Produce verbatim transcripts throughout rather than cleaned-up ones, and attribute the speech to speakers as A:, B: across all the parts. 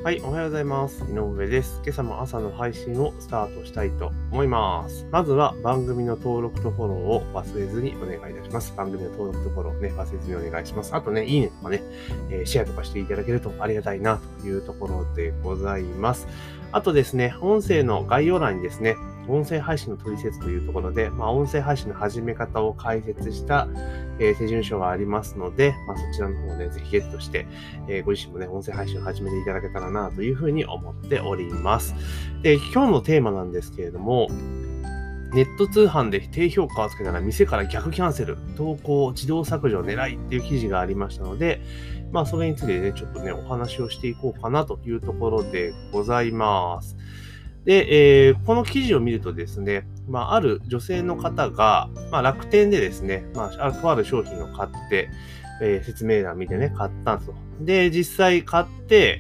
A: はい、おはようございます。井上です。今朝も朝の配信をスタートしたいと思います。まずは番組の登録とフォローを忘れずにお願いいたします。番組の登録とフォローをね、忘れずにお願いします。あとね、いいねとかね、えーシェアとかしていただけるとありがたいなというところでございます。あとですね、音声の概要欄にですね、音声配信の取説というところで、まあ、音声配信の始め方を解説した、えー手順書がありますので、まあ、そちらの方をね、ぜひゲットして、えーご自身もね、音声配信を始めていただけたらなというふうに思っております。で、今日のテーマなんですけれども、ネット通販で低評価をつけたら店から逆キャンセル、投稿自動削除を狙いっていう記事がありましたので、まあそれについてね、ちょっとね、お話をしていこうかなというところでございます。で、えーこの記事を見るとですね、まあ、ある女性の方が、まあ、楽天でですね、まあ、あるとある商品を買って、えー説明欄見てね、買ったと。で、実際買って、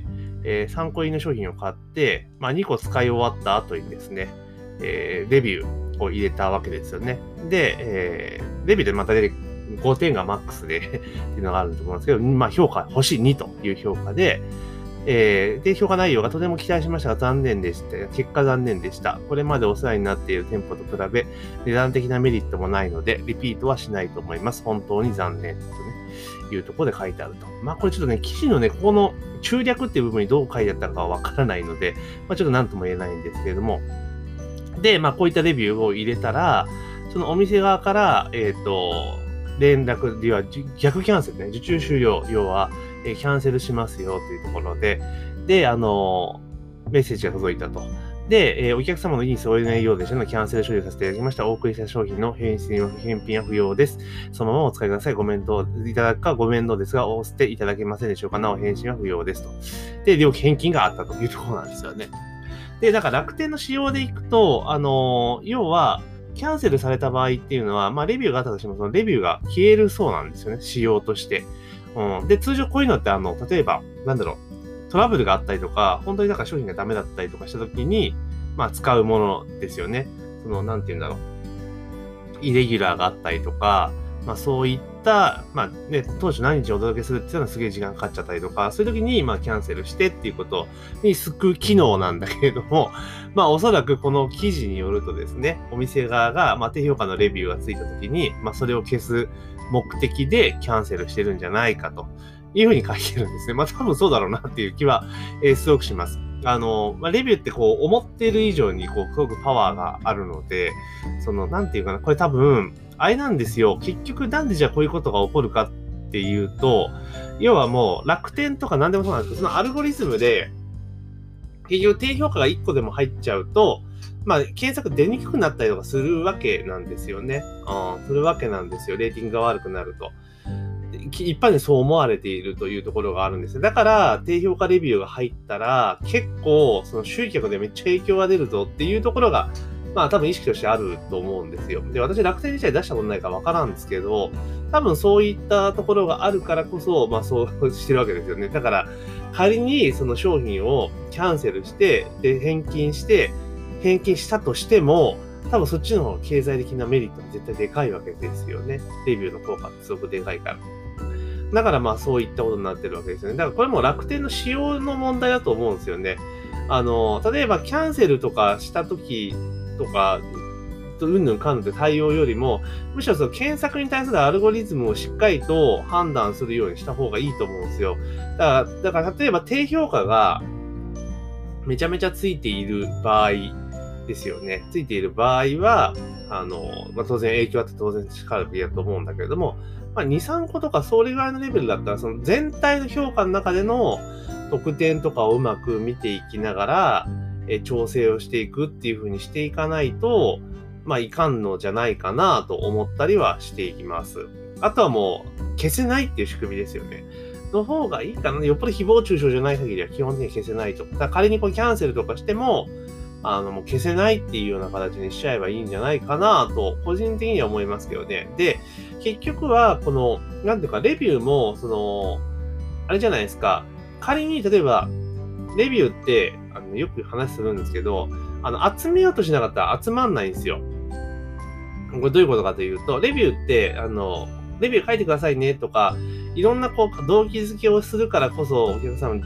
A: えーさんこ入りの商品を買って、まあ、にこ使い終わった後にですね、えーレビューを入れたわけですよね。で、えーレビューでまた出てごてんがマックスでっていうのがあると思うんですけど、まあ、評価、星にという評価で、えーで、評価内容がとても期待しましたが残念でした。結果残念でした。これまでお世話になっている店舗と比べ、値段的なメリットもないので、リピートはしないと思います。本当に残念とね、いうところで書いてあると。まあ、これちょっとね、記事のね、ここの中略っていう部分にどう書いてあったかはわからないので、まあ、ちょっと何とも言えないんですけれども。で、まあ、こういったレビューを入れたら、そのお店側から、えっと、連絡では逆キャンセルね、受注終了、要は、えーキャンセルしますよというところで、で、あのーメッセージが届いたと。で、えーお客様の意に添えないようでしたので、キャンセル処理をさせていただきました。お送りした商品の返信は返品は不要です。そのままお使いください。ご面倒いただくかご面倒ですが、お捨ていただけませんでしょうか。なお返信は不要ですと。で、料金返金があったというところなんですよね。で、だから楽天の仕様でいくと、あのー要は、キャンセルされた場合っていうのは、まあ、レビューがあったとしても、そのレビューが消えるそうなんですよね。仕様として。うん。で、通常こういうのって、あの、例えば、なんだろう、トラブルがあったりとか、本当になんか商品がダメだったりとかしたときに、まあ、使うものですよね。その、なんて言うんだろう。イレギュラーがあったりとか、まあそういった、まあね、当初何日お届けするっていうのはすげえ時間かかっちゃったりとか、そういう時にまあキャンセルしてっていうことに救う機能なんだけれども、まあおそらくこの記事によるとですね、お店側がまあ低評価のレビューがついた時に、まあそれを消す目的でキャンセルしてるんじゃないかというふうに書いてるんですね。まあ多分そうだろうなっていう気は、えーすごくします。あの、まあ、レビューってこう思っている以上にこうすごくパワーがあるので、そのなんていうかな、これ多分、あれなんですよ。結局なんでじゃあこういうことが起こるかっていうと、要はもう楽天とか何でもそうなんですけど、そのアルゴリズムで、結局低評価がいっこでも入っちゃうと、まあ、検索出にくくなったりとかするわけなんですよね。うん、するわけなんですよ。レーティングが悪くなると。一般にそう思われているというところがあるんです。だから、低評価レビューが入ったら、結構、その集客でめっちゃ影響が出るぞっていうところが、まあ多分意識としてあると思うんですよ。で、私楽天自体出したことないからわからんですけど、多分そういったところがあるからこそ、まあそうしてるわけですよね。だから、仮にその商品をキャンセルして、で、返金して、返金したとしても、多分そっちの方が経済的なメリットが絶対でかいわけですよね。レビューの効果ってすごくでかいから。だからまあそういったことになってるわけですよね。だからこれも楽天の仕様の問題だと思うんですよね。あの、例えばキャンセルとかした時とか、うんぬんかんぬんで対応よりも、むしろその検索に対するアルゴリズムをしっかりと判断するようにした方がいいと思うんですよ。だから、だから例えば低評価がめちゃめちゃついている場合ですよね。ついている場合は、あの、まあ、当然影響あって当然しかるべきだと思うんだけれども、まあ、に、さんことかそれぐらいのレベルだったら、その全体の評価の中での得点とかをうまく見ていきながら、え調整をしていくっていう風にしていかないと、まあ、いかんのじゃないかなと思ったりはしていきます。あとはもう、消せないっていう仕組みですよね。の方がいいかな。よっぽど誹謗中傷じゃない限りは基本的に消せないと。だから仮にこうキャンセルとかしても、あの、もう消せないっていうような形にしちゃえばいいんじゃないかなと、個人的には思いますけどね。で、結局は、この、なんていうか、レビューも、その、あれじゃないですか。仮に、例えば、レビューって、あの、よく話するんですけど、あの、集めようとしなかったら集まんないんですよ。これどういうことかというと、レビューって、あの、レビュー書いてくださいねとか、いろんなこう動機づけをするからこそお客様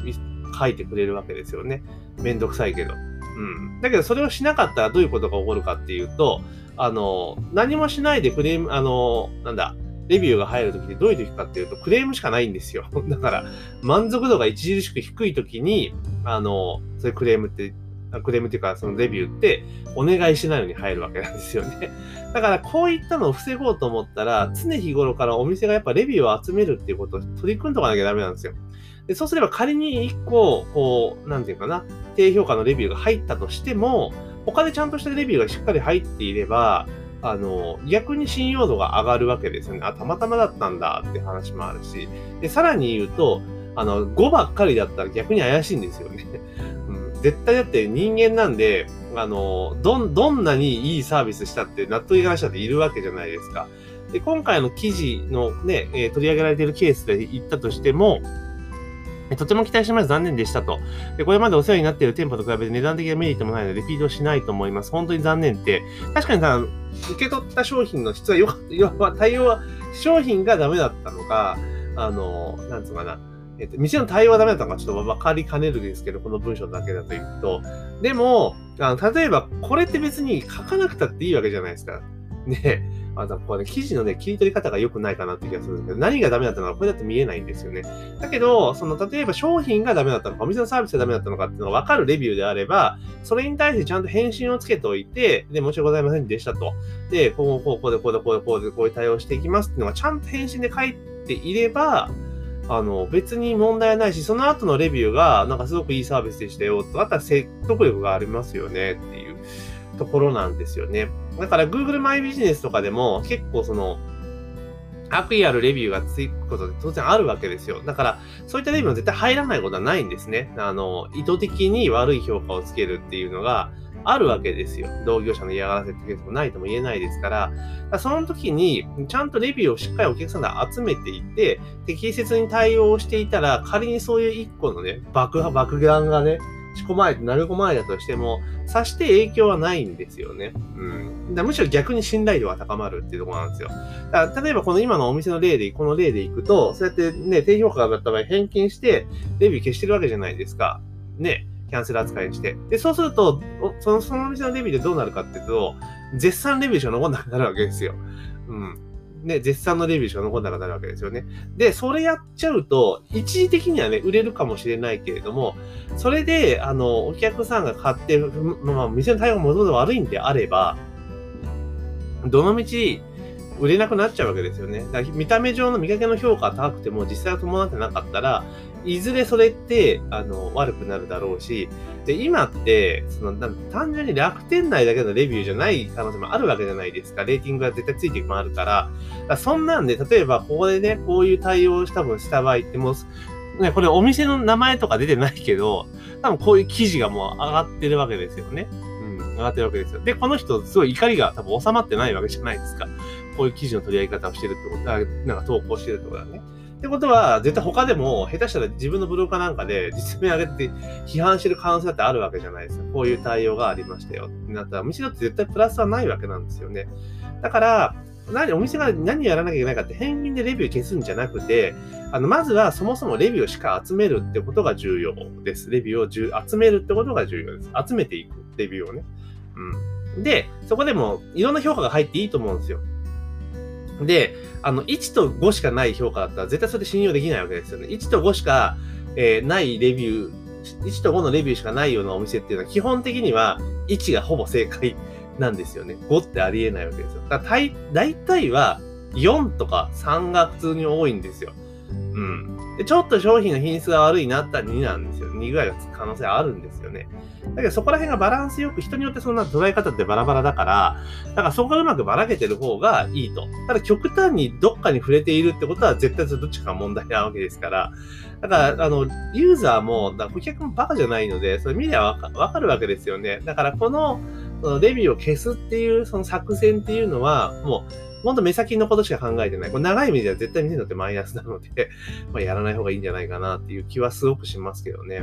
A: 書いてくれるわけですよね。めんどくさいけど。うん。だけどそれをしなかったらどういうことが起こるかっていうと、あの、何もしないでクレーム、あの、なんだ、レビューが入るときってどういうときかっていうと、クレームしかないんですよ。だから、満足度が著しく低いときに、あの、そういうクレームって、クレームっていうか、そのレビューって、お願いしないのに入るわけなんですよね。だから、こういったのを防ごうと思ったら、常日頃からお店がやっぱレビューを集めるっていうことを取り組んでおかなきゃダメなんですよ。で、そうすれば仮に一個、こう、なんていうかな、低評価のレビューが入ったとしても、他でちゃんとしたレビューがしっかり入っていれば、あの、逆に信用度が上がるわけですよね。あ、たまたまだったんだって話もあるし。で、さらに言うと、あの、ごばっかりだったら逆に怪しいんですよね。うん、絶対だって人間なんで、あの、どん、どんなにいいサービスしたって納得いかない人っているわけじゃないですか。で、今回の記事のね、えー、取り上げられているケースで言ったとしても、とても期待してます。残念でしたと。で、これまでお世話になっている店舗と比べて値段的なメリットもないので、リピートしないと思います。本当に残念って。確かにさ、受け取った商品の質はよかった。要は、対応は、商品がダメだったのか、あの、なんつうかな。えっと、店の対応がダメだったのかちょっと分かりかねるんですけど、この文章だけだと言うと。でも、あの例えば、これって別に書かなくたっていいわけじゃないですか。ね。あの、これね、記事のね、切り取り方が良くないかなって気がするんですけど、何がダメだったのか、これだと見えないんですよね。だけど、その、例えば商品がダメだったのか、お店のサービスがダメだったのかっていうのが分かるレビューであれば、それに対してちゃんと返信をつけておいて、で、申し訳ございませんでしたと。で、こう、こう、こうで、こうで、こうで、こうで、こういう対応していきますっていうのがちゃんと返信で書いていれば、あの、別に問題はないし、その後のレビューが、なんかすごくいいサービスでしたよ、と、あとは説得力がありますよね、っていうところなんですよね。だから Google マイビジネスとかでも結構その悪意あるレビューがつくことって当然あるわけですよ。だからそういったレビューも絶対入らないことはないんですね。あの、意図的に悪い評価をつけるっていうのがあるわけですよ。同業者の嫌がらせってケースもないとも言えないですから、からその時にちゃんとレビューをしっかりお客さんが集めていて、適切に対応していたら、仮にそういう一個のね、爆破、爆弾がね、仕込まれて、鳴り込まれたとしても、さして影響はないんですよね。うん。だむしろ逆に信頼度が高まるっていうところなんですよ。だから例えばこの今のお店の例で、この例でいくと、そうやってね、低評価だった場合返金して、レビュー消してるわけじゃないですか。ね。キャンセル扱いにして。で、そうすると、その、そのお店のレビューでどうなるかっていうと、絶賛レビューしか残んなくなるわけですよ。うん。ね、絶賛のレビューしか残んなくなるわけですよね。で、それやっちゃうと、一時的にはね、売れるかもしれないけれども、それで、あの、お客さんが買って、まあ、店の対応がもともと悪いんであれば、どのみち、売れなくなっちゃうわけですよね。だから見た目上の見かけの評価が高くても、実際は伴ってなかったら、いずれそれって、あの、悪くなるだろうし、で、今って、その、なん単純に楽天内だけのレビューじゃない可能性もあるわけじゃないですか。レーティングが絶対ついていくもあるから。だからそんなんで、例えば、ここでね、こういう対応を多分した場合ってもう、ね、これお店の名前とか出てないけど、多分こういう記事がもう上がってるわけですよね。うん、上がってるわけですよ。で、この人、すごい怒りが多分収まってないわけじゃないですか。こういう記事の取り上げ方をしてるってこと、なんか投稿してるってことだね。ってことは、絶対他でも、下手したら自分のブログかなんかで実名上げて批判してる可能性だってあるわけじゃないですか。こういう対応がありましたよ。ってなったら、むしろ絶対プラスはないわけなんですよね。だから、何、お店が何をやらなきゃいけないかって返品でレビュー消すんじゃなくて、あの、まずはそもそもレビューをしっかり集めるってことが重要です。レビューをじゅ集めるってことが重要です。集めていく、レビューをね。うん。で、そこでもいろんな評価が入っていいと思うんですよ。で、あの、いちとごしかない評価だったら絶対それで信用できないわけですよね。いちとごしか、えー、ないレビュー、いちとごのレビューしかないようなお店っていうのは基本的にはいちがほぼ正解なんですよね。ごってありえないわけですよ。だから大体はよんとかさんが普通に多いんですよ。うん。で、ちょっと商品の品質が悪いなったらになんですよ。にぐらいがつく可能性あるんですよね。だけどそこら辺がバランスよく、人によってそんな捉え方ってバラバラだから、だからそこがうまくばらけてる方がいいと。ただ極端にどっかに触れているってことは絶対それどっちかが問題なわけですから、だから、あの、ユーザーも、だから顧客もバカじゃないので、それ見りゃわか、わかるわけですよね。だからこの、そのレビューを消すっていうその作戦っていうのは、もう、ほんと目先のことしか考えてない。これ長い目では絶対店にとってマイナスなので、まあやらない方がいいんじゃないかなっていう気はすごくしますけどね。うん。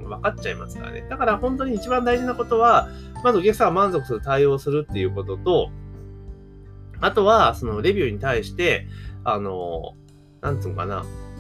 A: 分かっちゃいますからね。だから本当に一番大事なことは、まずお客さんが満足する対応をするっていうことと、あとは、そのレビューに対して、あの、なんつうのかな。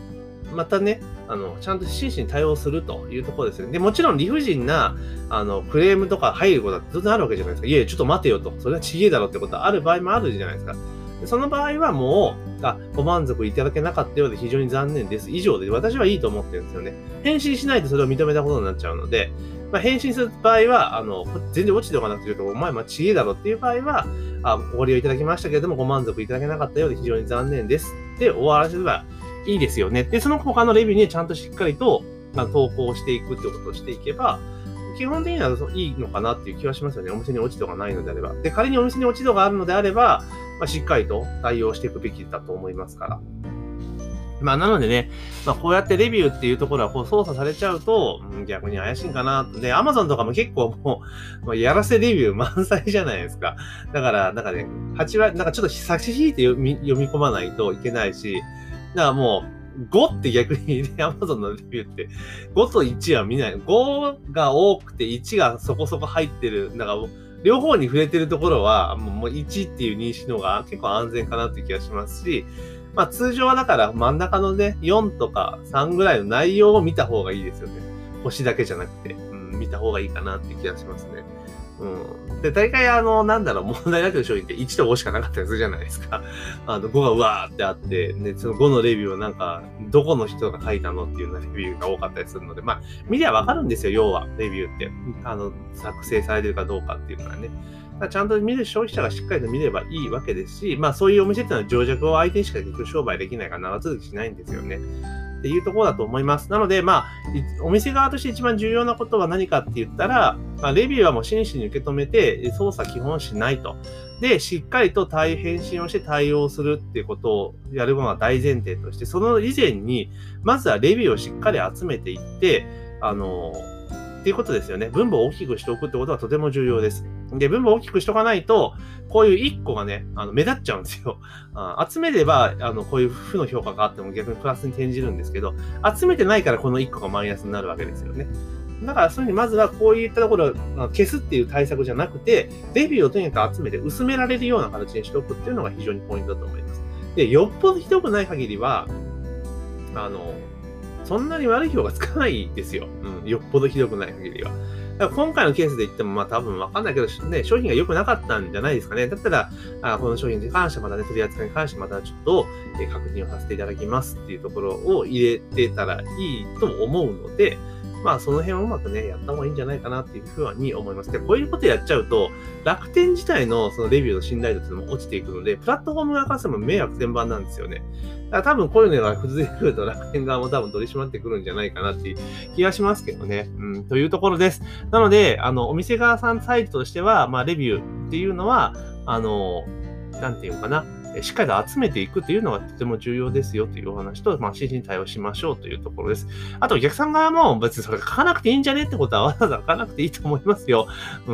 A: またね、あの、ちゃんと真摯に対応するというところですよね。で、もちろん理不尽な、あの、クレームとか入ることだって当然あるわけじゃないですか。いやいや、ちょっと待てよと。それはちげえだろってことはある場合もあるじゃないですか。でその場合はもう、あ、ご満足いただけなかったようで非常に残念です。以上で私はいいと思ってるんですよね。返信しないとそれを認めたことになっちゃうので、まあ、返信する場合は、あの、全然落ちておかなくて言うと、お前、まあ、ちげえだろっていう場合は、あ、ご利用いただきましたけれども、ご満足いただけなかったようで非常に残念です。で、終わらせればいいですよね。で、その他のレビューにちゃんとしっかりと、まあ、投稿していくってことをしていけば、基本的にはいいのかなっていう気はしますよね。お店に落ち度がないのであれば。で、仮にお店に落ち度があるのであれば、まあ、しっかりと対応していくべきだと思いますから。まあ、なのでね、まあ、こうやってレビューっていうところはこう操作されちゃうと、うん、逆に怪しいんかな。で、Amazon とかも結構もう、まあ、やらせレビュー満載じゃないですか。だから、なんかね、はち割、なんかちょっと差し引いて読み読み込まないといけないし、だからもう、ごって逆にね、Amazon のレビューって、ごといちは見ない。ごが多くていちがそこそこ入ってる。だからもう、両方に触れてるところは、もういちっていう認識の方が結構安全かなって気がしますし、まあ通常はだから真ん中のね、よんとかさんぐらいの内容を見た方がいいですよね。星だけじゃなくて、うん、見た方がいいかなって気がしますね。うん。で、大体あの、なんだろう、問題になってる商品っていちとごしかなかったりするじゃないですか。あの、ごがうわーってあって、ね、そのごのレビューをなんか、どこの人が書いたのっていうようなレビューが多かったりするので、まあ、見りゃわかるんですよ、要は、レビューって。あの、作成されてるかどうかっていうのはね。ちゃんと見る消費者がしっかりと見ればいいわけですし、まあそういうお店っていうのは情弱を相手にしか結局商売できないから長続きしないんですよね。っていうところだと思います。なので、まあ、お店側として一番重要なことは何かって言ったら、まあ、レビューはもう真摯に受け止めて、操作基本しないと。で、しっかりと対返信をして対応するっていうことをやるのが大前提として、その以前に、まずはレビューをしっかり集めていって、あの、っていうことですよね。分母を大きくしておくってことはとても重要です。で、分母を大きくしとかないと、こういういっこがね、あの目立っちゃうんですよ。あ集めれば、あの、こういう負の評価があっても逆にプラスに転じるんですけど、集めてないからこのいっこがマイナスになるわけですよね。だからそういうふうにまずはこういったところを消すっていう対策じゃなくて、レビューをとにかく集めて薄められるような形にしておくっていうのが非常にポイントだと思います。で、よっぽどひどくない限りは、あの、そんなに悪い評価つかないですよ。うん。よっぽどひどくない限りは。だから今回のケースで言っても、まあ多分わかんないけど、ね、商品が良くなかったんじゃないですかね。だったら、あこの商品に関してまたね、取り扱いに関してまたちょっと、えー、確認をさせていただきますっていうところを入れてたらいいと思うので、まあその辺をうまくね、やった方がいいんじゃないかなっていうふうに思います。で、こういうことやっちゃうと、楽天自体のそのレビューの信頼度っていうのも落ちていくので、プラットフォーム側からしても迷惑全般なんですよね。だから多分こういうのが崩れてくると楽天側も多分取り締まってくるんじゃないかなっていう気がしますけどね。うん、というところです。なので、あの、お店側さんサイトとしては、まあレビューっていうのは、あの、なんていうのかな。しっかりと集めていくというのがとても重要ですよというお話と、まあ、真摯に対応しましょうというところです。あと、お客さん側も別にそれ書かなくていいんじゃねってことはわざわざ書かなくていいと思いますよ。うん。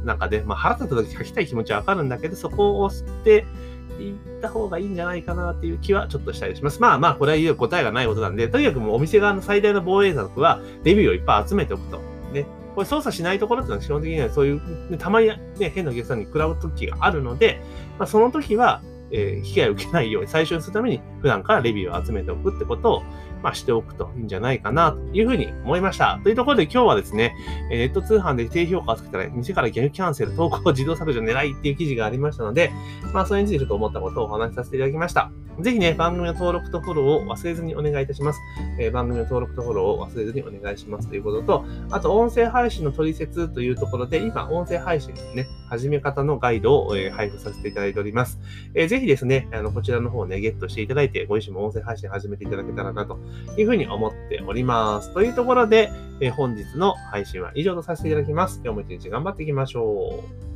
A: なんかね、まあ、腹立った時書きたい気持ちはわかるんだけど、そこを知っていった方がいいんじゃないかなっていう気はちょっとしたりします。まあまあ、これは言う答えがないことなんで、とにかくもうお店側の最大の防衛策は、レビューをいっぱい集めておくと。ね。これ操作しないところっていうのは基本的にはそういう、ね、たまにね、変なお客さんに食らう時があるので、まあ、その時は、えー、被害を受けないように最初にするために普段からレビューを集めておくってことを、まあ、しておくといいんじゃないかなというふうに思いました。というところで今日はですね、ネット通販で低評価をつけたら店から逆キャンセル、投稿自動削除狙いっていう記事がありましたので、まあそれについてちょっと思ったことをお話しさせていただきました。ぜひね、番組の登録とフォローを忘れずにお願いいたします。えー、番組の登録とフォローを忘れずにお願いしますということと、あと音声配信の取説というところで、今音声配信のね、始め方のガイドを、えー、配布させていただいております。えー、ぜひですね、あの、こちらの方をね、ゲットしていただいて、ご自身も音声配信始めていただけたらなというふうに思っております。というところで、えー、本日の配信は以上とさせていただきます。今日も一日頑張っていきましょう。